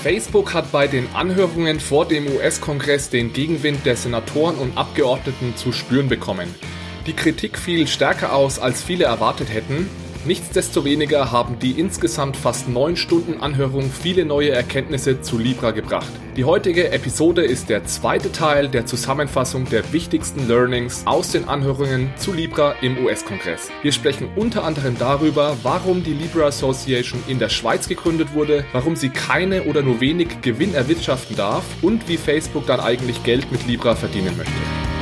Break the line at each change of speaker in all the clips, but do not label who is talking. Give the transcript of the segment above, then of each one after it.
Facebook hat bei den Anhörungen vor dem US-Kongress den Gegenwind der Senatoren und Abgeordneten zu spüren bekommen. Die Kritik fiel stärker aus, als viele erwartet hätten. Nichtsdestoweniger haben die insgesamt fast 9 Stunden Anhörung viele neue Erkenntnisse zu Libra gebracht. Die heutige Episode ist der zweite Teil der Zusammenfassung der wichtigsten Learnings aus den Anhörungen zu Libra im US-Kongress. Wir sprechen unter anderem darüber, warum die Libra Association in der Schweiz gegründet wurde, warum sie keine oder nur wenig Gewinn erwirtschaften darf und wie Facebook dann eigentlich Geld mit Libra verdienen möchte.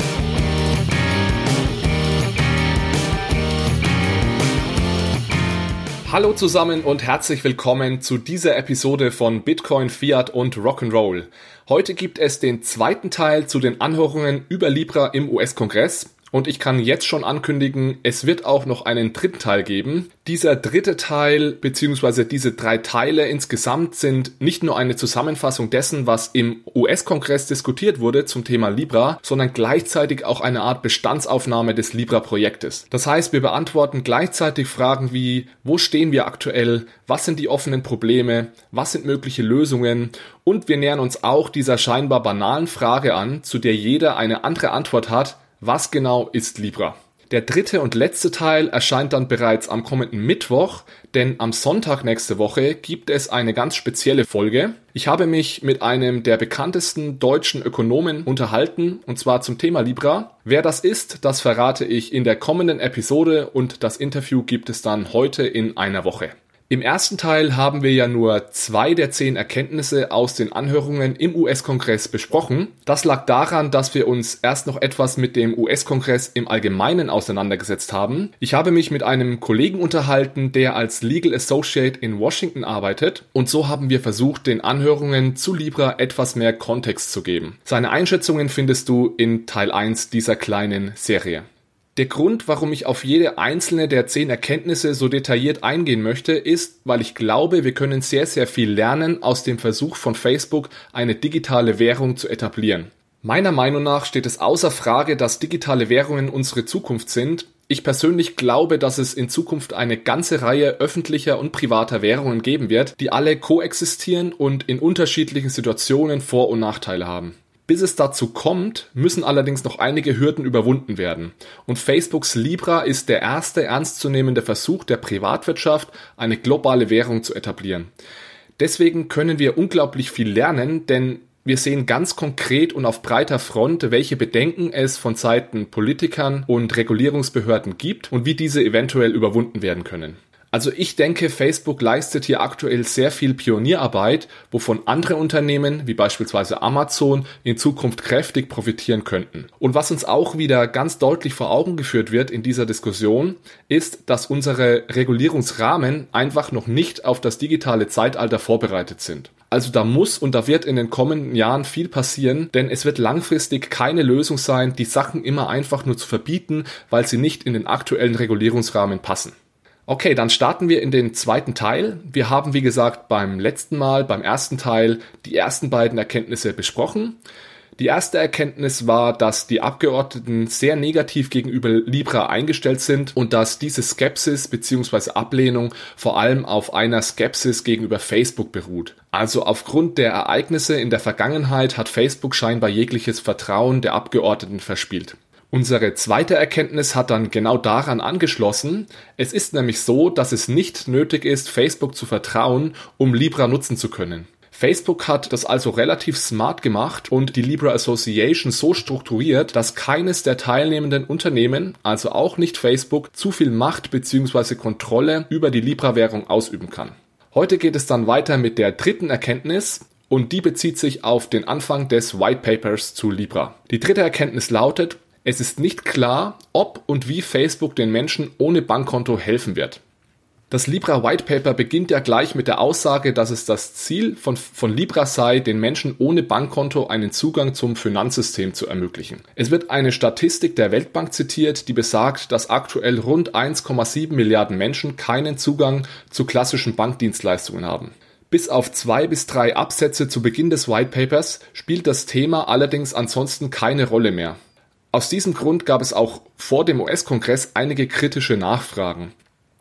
Hallo zusammen und herzlich willkommen zu dieser Episode von Bitcoin, Fiat und Rock'n'Roll. Heute gibt es den zweiten Teil zu den Anhörungen über Libra im US-Kongress. Und ich kann jetzt schon ankündigen, es wird auch noch einen dritten Teil geben. Dieser dritte Teil bzw. diese 3 Teile insgesamt sind nicht nur eine Zusammenfassung dessen, was im US-Kongress diskutiert wurde zum Thema Libra, sondern gleichzeitig auch eine Art Bestandsaufnahme des Libra-Projektes. Das heißt, wir beantworten gleichzeitig Fragen wie, wo stehen wir aktuell, was sind die offenen Probleme, was sind mögliche Lösungen und wir nähern uns auch dieser scheinbar banalen Frage an, zu der jeder eine andere Antwort hat. Was genau ist Libra? Der dritte und letzte Teil erscheint dann bereits am kommenden Mittwoch, denn am Sonntag nächste Woche gibt es eine ganz spezielle Folge. Ich habe mich mit einem der bekanntesten deutschen Ökonomen unterhalten, und zwar zum Thema Libra. Wer das ist, das verrate ich in der kommenden Episode und das Interview gibt es dann heute in einer Woche. Im ersten Teil haben wir ja nur 2 der 10 Erkenntnisse aus den Anhörungen im US-Kongress besprochen. Das lag daran, dass wir uns erst noch etwas mit dem US-Kongress im Allgemeinen auseinandergesetzt haben. Ich habe mich mit einem Kollegen unterhalten, der als Legal Associate in Washington arbeitet, und so haben wir versucht, den Anhörungen zu Libra etwas mehr Kontext zu geben. Seine Einschätzungen findest du in Teil 1 dieser kleinen Serie. Der Grund, warum ich auf jede einzelne der 10 Erkenntnisse so detailliert eingehen möchte, ist, weil ich glaube, wir können sehr, sehr viel lernen aus dem Versuch von Facebook, eine digitale Währung zu etablieren. Meiner Meinung nach steht es außer Frage, dass digitale Währungen unsere Zukunft sind. Ich persönlich glaube, dass es in Zukunft eine ganze Reihe öffentlicher und privater Währungen geben wird, die alle koexistieren und in unterschiedlichen Situationen Vor- und Nachteile haben. Bis es dazu kommt, müssen allerdings noch einige Hürden überwunden werden. Und Facebooks Libra ist der erste ernstzunehmende Versuch der Privatwirtschaft, eine globale Währung zu etablieren. Deswegen können wir unglaublich viel lernen, denn wir sehen ganz konkret und auf breiter Front, welche Bedenken es von Seiten Politikern und Regulierungsbehörden gibt und wie diese eventuell überwunden werden können. Also ich denke, Facebook leistet hier aktuell sehr viel Pionierarbeit, wovon andere Unternehmen, wie beispielsweise Amazon, in Zukunft kräftig profitieren könnten. Und was uns auch wieder ganz deutlich vor Augen geführt wird in dieser Diskussion, ist, dass unsere Regulierungsrahmen einfach noch nicht auf das digitale Zeitalter vorbereitet sind. Also da muss und da wird in den kommenden Jahren viel passieren, denn es wird langfristig keine Lösung sein, die Sachen immer einfach nur zu verbieten, weil sie nicht in den aktuellen Regulierungsrahmen passen. Okay, dann starten wir in den zweiten Teil. Wir haben, wie gesagt, beim ersten Teil, die ersten beiden Erkenntnisse besprochen. Die erste Erkenntnis war, dass die Abgeordneten sehr negativ gegenüber Libra eingestellt sind und dass diese Skepsis bzw. Ablehnung vor allem auf einer Skepsis gegenüber Facebook beruht. Also aufgrund der Ereignisse in der Vergangenheit hat Facebook scheinbar jegliches Vertrauen der Abgeordneten verspielt. Unsere zweite Erkenntnis hat dann genau daran angeschlossen. Es ist nämlich so, dass es nicht nötig ist, Facebook zu vertrauen, um Libra nutzen zu können. Facebook hat das also relativ smart gemacht und die Libra Association so strukturiert, dass keines der teilnehmenden Unternehmen, also auch nicht Facebook, zu viel Macht bzw. Kontrolle über die Libra-Währung ausüben kann. Heute geht es dann weiter mit der dritten Erkenntnis. Und die bezieht sich auf den Anfang des White Papers zu Libra. Die dritte Erkenntnis lautet: Es ist nicht klar, ob und wie Facebook den Menschen ohne Bankkonto helfen wird. Das Libra White Paper beginnt ja gleich mit der Aussage, dass es das Ziel von Libra sei, den Menschen ohne Bankkonto einen Zugang zum Finanzsystem zu ermöglichen. Es wird eine Statistik der Weltbank zitiert, die besagt, dass aktuell rund 1,7 Milliarden Menschen keinen Zugang zu klassischen Bankdienstleistungen haben. Bis auf 2 bis 3 Absätze zu Beginn des White Papers spielt das Thema allerdings ansonsten keine Rolle mehr. Aus diesem Grund gab es auch vor dem US-Kongress einige kritische Nachfragen.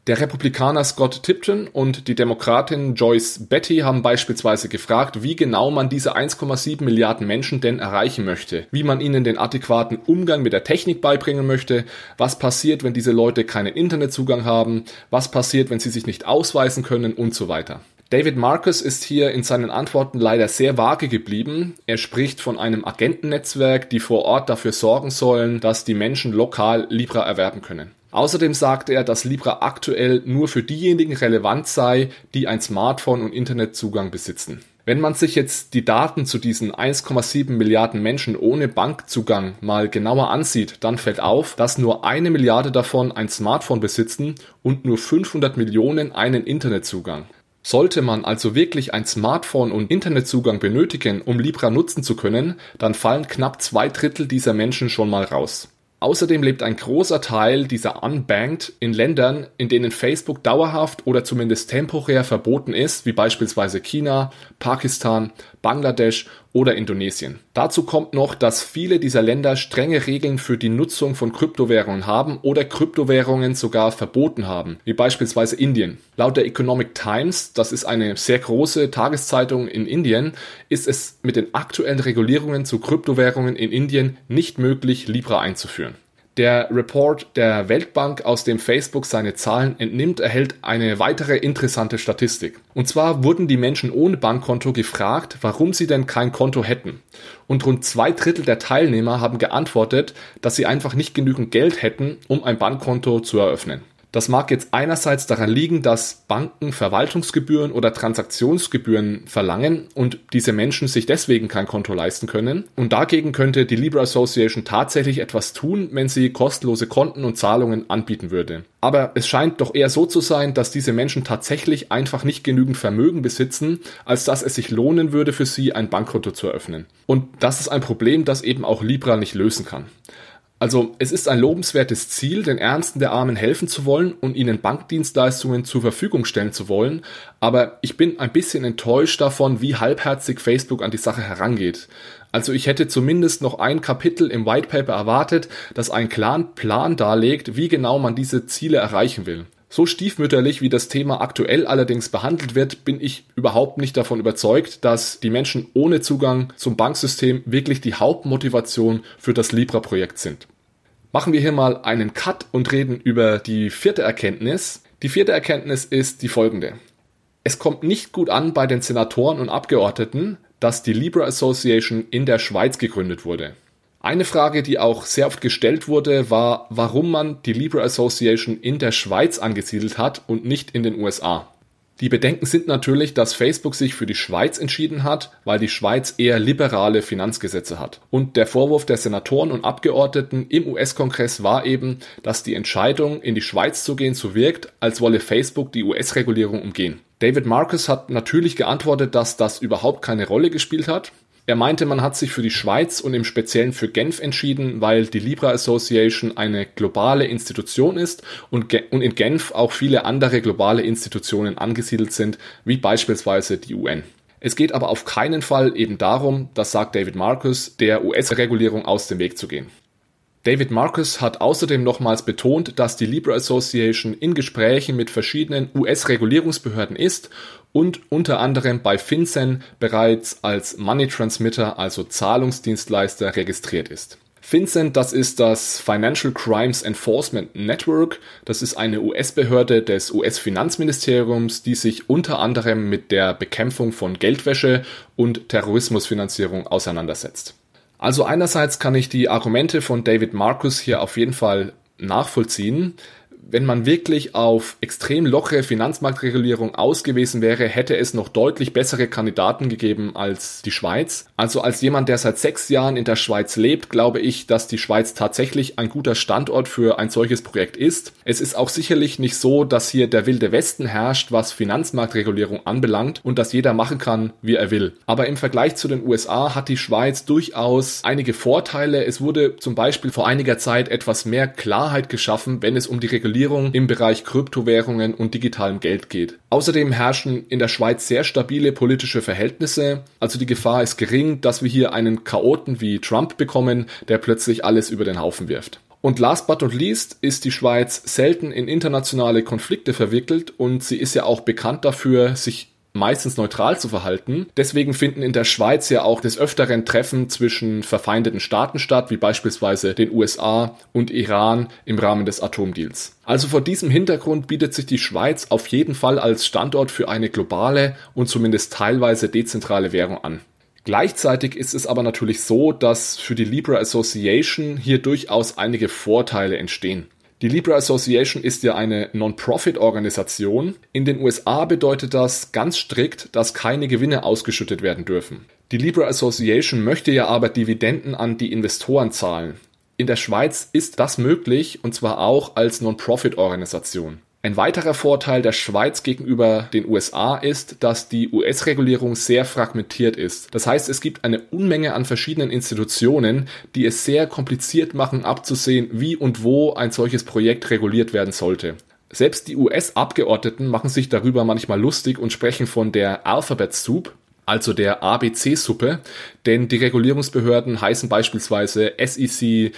Der Republikaner Scott Tipton und die Demokratin Joyce Beatty haben beispielsweise gefragt, wie genau man diese 1,7 Milliarden Menschen denn erreichen möchte, wie man ihnen den adäquaten Umgang mit der Technik beibringen möchte, was passiert, wenn diese Leute keinen Internetzugang haben, was passiert, wenn sie sich nicht ausweisen können und so weiter. David Marcus ist hier in seinen Antworten leider sehr vage geblieben. Er spricht von einem Agentennetzwerk, die vor Ort dafür sorgen sollen, dass die Menschen lokal Libra erwerben können. Außerdem sagte er, dass Libra aktuell nur für diejenigen relevant sei, die ein Smartphone und Internetzugang besitzen. Wenn man sich jetzt die Daten zu diesen 1,7 Milliarden Menschen ohne Bankzugang mal genauer ansieht, dann fällt auf, dass nur 1 Milliarde davon ein Smartphone besitzen und nur 500 Millionen einen Internetzugang. Sollte man also wirklich ein Smartphone und Internetzugang benötigen, um Libra nutzen zu können, dann fallen knapp 2/3 dieser Menschen schon mal raus. Außerdem lebt ein großer Teil dieser Unbanked in Ländern, in denen Facebook dauerhaft oder zumindest temporär verboten ist, wie beispielsweise China, Pakistan, Bangladesch oder Indonesien. Dazu kommt noch, dass viele dieser Länder strenge Regeln für die Nutzung von Kryptowährungen haben oder Kryptowährungen sogar verboten haben, wie beispielsweise Indien. Laut der Economic Times, das ist eine sehr große Tageszeitung in Indien, ist es mit den aktuellen Regulierungen zu Kryptowährungen in Indien nicht möglich, Libra einzuführen. Der Report der Weltbank, aus dem Facebook seine Zahlen entnimmt, erhält eine weitere interessante Statistik. Und zwar wurden die Menschen ohne Bankkonto gefragt, warum sie denn kein Konto hätten. Und rund 2/3 der Teilnehmer haben geantwortet, dass sie einfach nicht genügend Geld hätten, um ein Bankkonto zu eröffnen. Das mag jetzt einerseits daran liegen, dass Banken Verwaltungsgebühren oder Transaktionsgebühren verlangen und diese Menschen sich deswegen kein Konto leisten können. Und dagegen könnte die Libra Association tatsächlich etwas tun, wenn sie kostenlose Konten und Zahlungen anbieten würde. Aber es scheint doch eher so zu sein, dass diese Menschen tatsächlich einfach nicht genügend Vermögen besitzen, als dass es sich lohnen würde für sie, ein Bankkonto zu eröffnen. Und das ist ein Problem, das eben auch Libra nicht lösen kann. Also es ist ein lobenswertes Ziel, den Ärmsten der Armen helfen zu wollen und ihnen Bankdienstleistungen zur Verfügung stellen zu wollen, aber ich bin ein bisschen enttäuscht davon, wie halbherzig Facebook an die Sache herangeht. Also ich hätte zumindest noch ein Kapitel im White Paper erwartet, das einen klaren Plan darlegt, wie genau man diese Ziele erreichen will. So stiefmütterlich, wie das Thema aktuell allerdings behandelt wird, bin ich überhaupt nicht davon überzeugt, dass die Menschen ohne Zugang zum Banksystem wirklich die Hauptmotivation für das Libra-Projekt sind. Machen wir hier mal einen Cut und reden über die 4. Erkenntnis. Die 4. Erkenntnis ist die folgende. Es kommt nicht gut an bei den Senatoren und Abgeordneten, dass die Libra Association in der Schweiz gegründet wurde. Eine Frage, die auch sehr oft gestellt wurde, war, warum man die Libra Association in der Schweiz angesiedelt hat und nicht in den USA. Die Bedenken sind natürlich, dass Facebook sich für die Schweiz entschieden hat, weil die Schweiz eher liberale Finanzgesetze hat. Und der Vorwurf der Senatoren und Abgeordneten im US-Kongress war eben, dass die Entscheidung, in die Schweiz zu gehen, so wirkt, als wolle Facebook die US-Regulierung umgehen. David Marcus hat natürlich geantwortet, dass das überhaupt keine Rolle gespielt hat. Er meinte, man hat sich für die Schweiz und im Speziellen für Genf entschieden, weil die Libra Association eine globale Institution ist und in Genf auch viele andere globale Institutionen angesiedelt sind, wie beispielsweise die UN. Es geht aber auf keinen Fall eben darum, das sagt David Marcus, der US-Regulierung aus dem Weg zu gehen. David Marcus hat außerdem nochmals betont, dass die Libra Association in Gesprächen mit verschiedenen US-Regulierungsbehörden ist und unter anderem bei FinCEN bereits als Money Transmitter, also Zahlungsdienstleister, registriert ist. FinCEN, das ist das Financial Crimes Enforcement Network. Das ist eine US-Behörde des US-Finanzministeriums, die sich unter anderem mit der Bekämpfung von Geldwäsche und Terrorismusfinanzierung auseinandersetzt. Also einerseits kann ich die Argumente von David Marcus hier auf jeden Fall nachvollziehen. Wenn man wirklich auf extrem lockere Finanzmarktregulierung ausgewiesen wäre, hätte es noch deutlich bessere Kandidaten gegeben als die Schweiz. Also als jemand, der seit 6 Jahren in der Schweiz lebt, glaube ich, dass die Schweiz tatsächlich ein guter Standort für ein solches Projekt ist. Es ist auch sicherlich nicht so, dass hier der wilde Westen herrscht, was Finanzmarktregulierung anbelangt und dass jeder machen kann, wie er will. Aber im Vergleich zu den USA hat die Schweiz durchaus einige Vorteile. Es wurde zum Beispiel vor einiger Zeit etwas mehr Klarheit geschaffen, wenn es um die Regulierung im Bereich Kryptowährungen und digitalem Geld geht. Außerdem herrschen in der Schweiz sehr stabile politische Verhältnisse, also die Gefahr ist gering, dass wir hier einen Chaoten wie Trump bekommen, der plötzlich alles über den Haufen wirft. Und last but not least ist die Schweiz selten in internationale Konflikte verwickelt und sie ist ja auch bekannt dafür, sich meistens neutral zu verhalten. Deswegen finden in der Schweiz ja auch des Öfteren Treffen zwischen verfeindeten Staaten statt, wie beispielsweise den USA und Iran im Rahmen des Atomdeals. Also vor diesem Hintergrund bietet sich die Schweiz auf jeden Fall als Standort für eine globale und zumindest teilweise dezentrale Währung an. Gleichzeitig ist es aber natürlich so, dass für die Libra Association hier durchaus einige Vorteile entstehen. Die Libra Association ist ja eine Non-Profit-Organisation. In den USA bedeutet das ganz strikt, dass keine Gewinne ausgeschüttet werden dürfen. Die Libra Association möchte ja aber Dividenden an die Investoren zahlen. In der Schweiz ist das möglich, und zwar auch als Non-Profit-Organisation. Ein weiterer Vorteil der Schweiz gegenüber den USA ist, dass die US-Regulierung sehr fragmentiert ist. Das heißt, es gibt eine Unmenge an verschiedenen Institutionen, die es sehr kompliziert machen, abzusehen, wie und wo ein solches Projekt reguliert werden sollte. Selbst die US-Abgeordneten machen sich darüber manchmal lustig und sprechen von der Alphabet Soup, also der ABC-Suppe, denn die Regulierungsbehörden heißen beispielsweise SEC,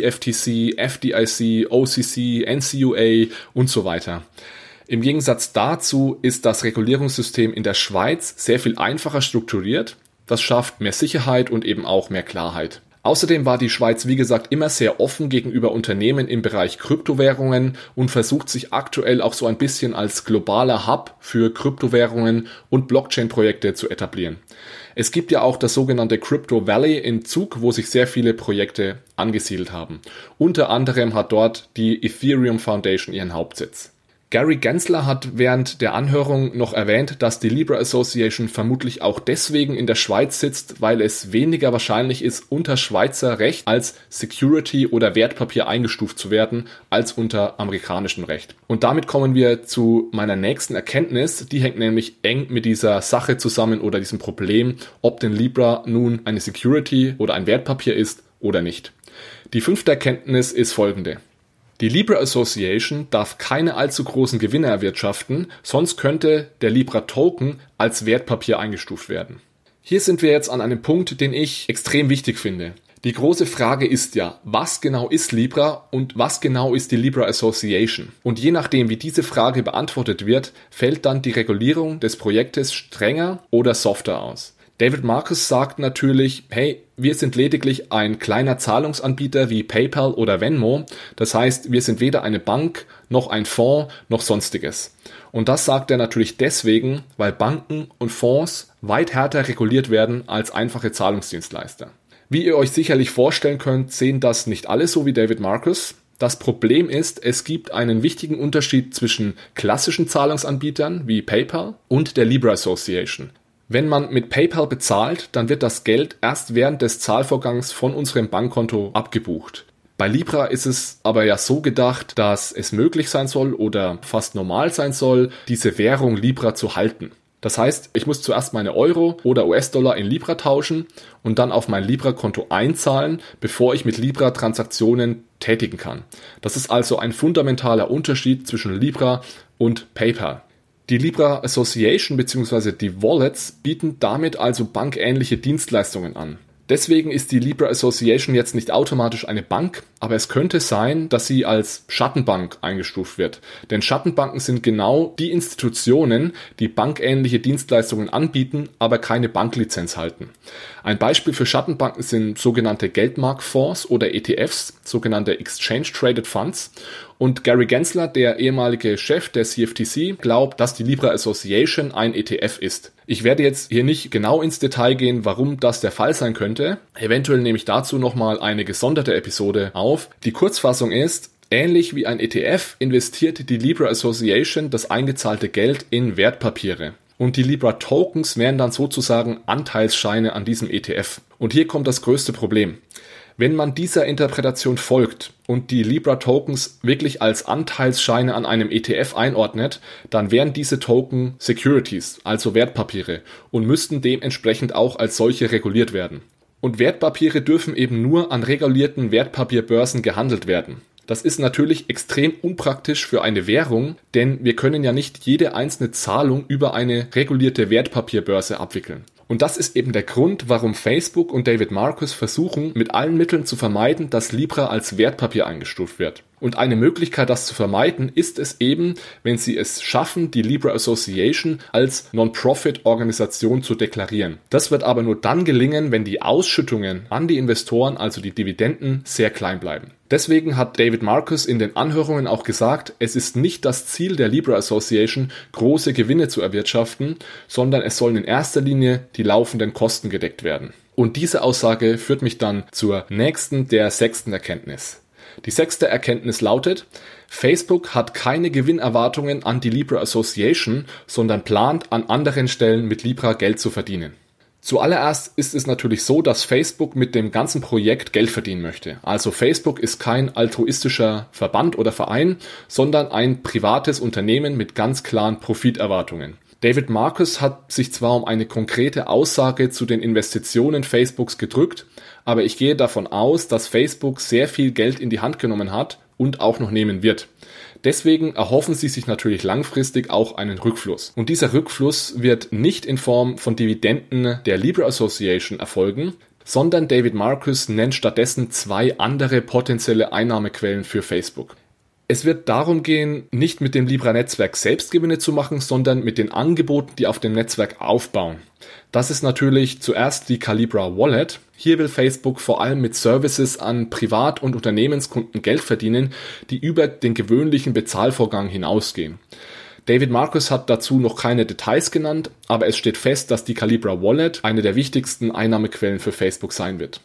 CFTC, FDIC, OCC, NCUA und so weiter. Im Gegensatz dazu ist das Regulierungssystem in der Schweiz sehr viel einfacher strukturiert. Das schafft mehr Sicherheit und eben auch mehr Klarheit. Außerdem war die Schweiz, wie gesagt, immer sehr offen gegenüber Unternehmen im Bereich Kryptowährungen und versucht sich aktuell auch so ein bisschen als globaler Hub für Kryptowährungen und Blockchain-Projekte zu etablieren. Es gibt ja auch das sogenannte Crypto Valley in Zug, wo sich sehr viele Projekte angesiedelt haben. Unter anderem hat dort die Ethereum Foundation ihren Hauptsitz. Gary Gensler hat während der Anhörung noch erwähnt, dass die Libra Association vermutlich auch deswegen in der Schweiz sitzt, weil es weniger wahrscheinlich ist, unter Schweizer Recht als Security oder Wertpapier eingestuft zu werden, als unter amerikanischem Recht. Und damit kommen wir zu meiner nächsten Erkenntnis, die hängt nämlich eng mit dieser Sache zusammen oder diesem Problem, ob denn Libra nun eine Security oder ein Wertpapier ist oder nicht. Die 5. Erkenntnis ist folgende. Die Libra Association darf keine allzu großen Gewinne erwirtschaften, sonst könnte der Libra Token als Wertpapier eingestuft werden. Hier sind wir jetzt an einem Punkt, den ich extrem wichtig finde. Die große Frage ist ja, was genau ist Libra und was genau ist die Libra Association? Und je nachdem, wie diese Frage beantwortet wird, fällt dann die Regulierung des Projektes strenger oder softer aus. David Marcus sagt natürlich, hey, wir sind lediglich ein kleiner Zahlungsanbieter wie PayPal oder Venmo. Das heißt, wir sind weder eine Bank, noch ein Fonds, noch sonstiges. Und das sagt er natürlich deswegen, weil Banken und Fonds weit härter reguliert werden als einfache Zahlungsdienstleister. Wie ihr euch sicherlich vorstellen könnt, sehen das nicht alle so wie David Marcus. Das Problem ist, es gibt einen wichtigen Unterschied zwischen klassischen Zahlungsanbietern wie PayPal und der Libra Association. Wenn man mit PayPal bezahlt, dann wird das Geld erst während des Zahlvorgangs von unserem Bankkonto abgebucht. Bei Libra ist es aber ja so gedacht, dass es möglich sein soll oder fast normal sein soll, diese Währung Libra zu halten. Das heißt, ich muss zuerst meine Euro oder US-Dollar in Libra tauschen und dann auf mein Libra-Konto einzahlen, bevor ich mit Libra Transaktionen tätigen kann. Das ist also ein fundamentaler Unterschied zwischen Libra und PayPal. Die Libra Association bzw. die Wallets bieten damit also bankähnliche Dienstleistungen an. Deswegen ist die Libra Association jetzt nicht automatisch eine Bank, aber es könnte sein, dass sie als Schattenbank eingestuft wird. Denn Schattenbanken sind genau die Institutionen, die bankähnliche Dienstleistungen anbieten, aber keine Banklizenz halten. Ein Beispiel für Schattenbanken sind sogenannte Geldmarktfonds oder ETFs, sogenannte Exchange Traded Funds. Und Gary Gensler, der ehemalige Chef der CFTC, glaubt, dass die Libra Association ein ETF ist. Ich werde jetzt hier nicht genau ins Detail gehen, warum das der Fall sein könnte. Eventuell nehme ich dazu nochmal eine gesonderte Episode auf. Die Kurzfassung ist, ähnlich wie ein ETF investiert die Libra Association das eingezahlte Geld in Wertpapiere. Und die Libra Tokens wären dann sozusagen Anteilsscheine an diesem ETF. Und hier kommt das größte Problem. Wenn man dieser Interpretation folgt und die Libra Tokens wirklich als Anteilsscheine an einem ETF einordnet, dann wären diese Token Securities, also Wertpapiere, und müssten dementsprechend auch als solche reguliert werden. Und Wertpapiere dürfen eben nur an regulierten Wertpapierbörsen gehandelt werden. Das ist natürlich extrem unpraktisch für eine Währung, denn wir können ja nicht jede einzelne Zahlung über eine regulierte Wertpapierbörse abwickeln. Und das ist eben der Grund, warum Facebook und David Marcus versuchen, mit allen Mitteln zu vermeiden, dass Libra als Wertpapier eingestuft wird. Und eine Möglichkeit, das zu vermeiden, ist es eben, wenn sie es schaffen, die Libra Association als Non-Profit-Organisation zu deklarieren. Das wird aber nur dann gelingen, wenn die Ausschüttungen an die Investoren, also die Dividenden, sehr klein bleiben. Deswegen hat David Marcus in den Anhörungen auch gesagt, es ist nicht das Ziel der Libra Association, große Gewinne zu erwirtschaften, sondern es sollen in erster Linie die laufenden Kosten gedeckt werden. Und diese Aussage führt mich dann zur nächsten, der sechsten Erkenntnis. Die sechste Erkenntnis lautet, Facebook hat keine Gewinnerwartungen an die Libra Association, sondern plant an anderen Stellen mit Libra Geld zu verdienen. Zuallererst ist es natürlich so, dass Facebook mit dem ganzen Projekt Geld verdienen möchte. Also Facebook ist kein altruistischer Verband oder Verein, sondern ein privates Unternehmen mit ganz klaren Profiterwartungen. David Marcus hat sich zwar um eine konkrete Aussage zu den Investitionen Facebooks gedrückt, aber ich gehe davon aus, dass Facebook sehr viel Geld in die Hand genommen hat und auch noch nehmen wird. Deswegen erhoffen sie sich natürlich langfristig auch einen Rückfluss. Und dieser Rückfluss wird nicht in Form von Dividenden der Libra Association erfolgen, sondern David Marcus nennt stattdessen zwei andere potenzielle Einnahmequellen für Facebook. Es wird darum gehen, nicht mit dem Libra-Netzwerk selbst Gewinne zu machen, sondern mit den Angeboten, die auf dem Netzwerk aufbauen. Das ist natürlich zuerst die Calibra Wallet. Hier will Facebook vor allem mit Services an Privat- und Unternehmenskunden Geld verdienen, die über den gewöhnlichen Bezahlvorgang hinausgehen. David Marcus hat dazu noch keine Details genannt, aber es steht fest, dass die Calibra Wallet eine der wichtigsten Einnahmequellen für Facebook sein wird.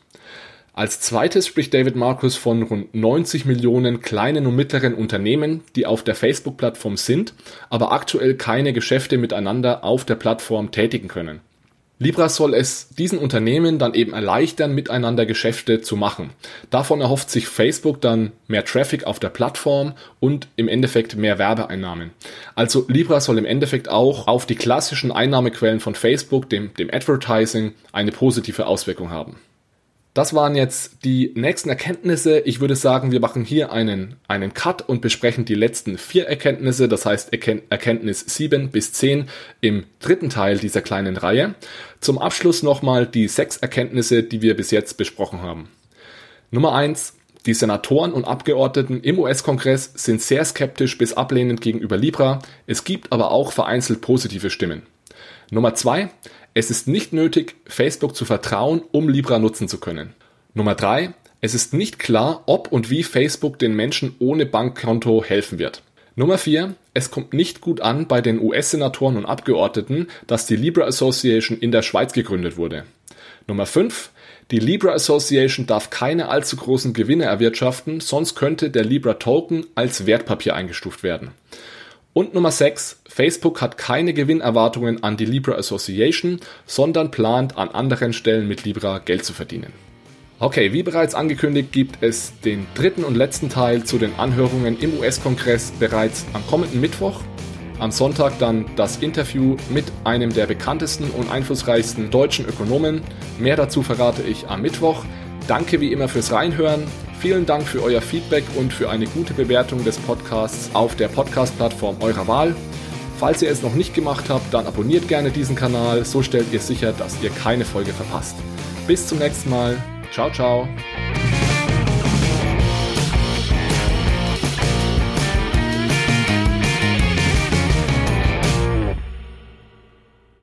Als zweites spricht David Marcus von rund 90 Millionen kleinen und mittleren Unternehmen, die auf der Facebook-Plattform sind, aber aktuell keine Geschäfte miteinander auf der Plattform tätigen können. Libra soll es diesen Unternehmen dann eben erleichtern, miteinander Geschäfte zu machen. Davon erhofft sich Facebook dann mehr Traffic auf der Plattform und im Endeffekt mehr Werbeeinnahmen. Also Libra soll im Endeffekt auch auf die klassischen Einnahmequellen von Facebook, dem Advertising, eine positive Auswirkung haben. Das waren jetzt die nächsten Erkenntnisse. Ich würde sagen, wir machen hier einen Cut und besprechen die letzten 4 Erkenntnisse, das heißt Erkenntnis 7 bis 10 im dritten Teil dieser kleinen Reihe. Zum Abschluss nochmal die 6 Erkenntnisse, die wir bis jetzt besprochen haben. Nummer 1. Die Senatoren und Abgeordneten im US-Kongress sind sehr skeptisch bis ablehnend gegenüber Libra. Es gibt aber auch vereinzelt positive Stimmen. Nummer 2. Es ist nicht nötig, Facebook zu vertrauen, um Libra nutzen zu können. Nummer 3. Es ist nicht klar, ob und wie Facebook den Menschen ohne Bankkonto helfen wird. Nummer 4. Es kommt nicht gut an bei den US-Senatoren und Abgeordneten, dass die Libra Association in der Schweiz gegründet wurde. Nummer 5. Die Libra Association darf keine allzu großen Gewinne erwirtschaften, sonst könnte der Libra Token als Wertpapier eingestuft werden. Und Nummer 6. Facebook hat keine Gewinnerwartungen an die Libra Association, sondern plant an anderen Stellen mit Libra Geld zu verdienen. Okay, wie bereits angekündigt, gibt es den dritten und letzten Teil zu den Anhörungen im US-Kongress bereits am kommenden Mittwoch. Am Sonntag dann das Interview mit einem der bekanntesten und einflussreichsten deutschen Ökonomen. Mehr dazu verrate ich am Mittwoch. Danke wie immer fürs Reinhören. Vielen Dank für euer Feedback und für eine gute Bewertung des Podcasts auf der Podcast-Plattform eurer Wahl. Falls ihr es noch nicht gemacht habt, dann abonniert gerne diesen Kanal, so stellt ihr sicher, dass ihr keine Folge verpasst. Bis zum nächsten Mal. Ciao, ciao.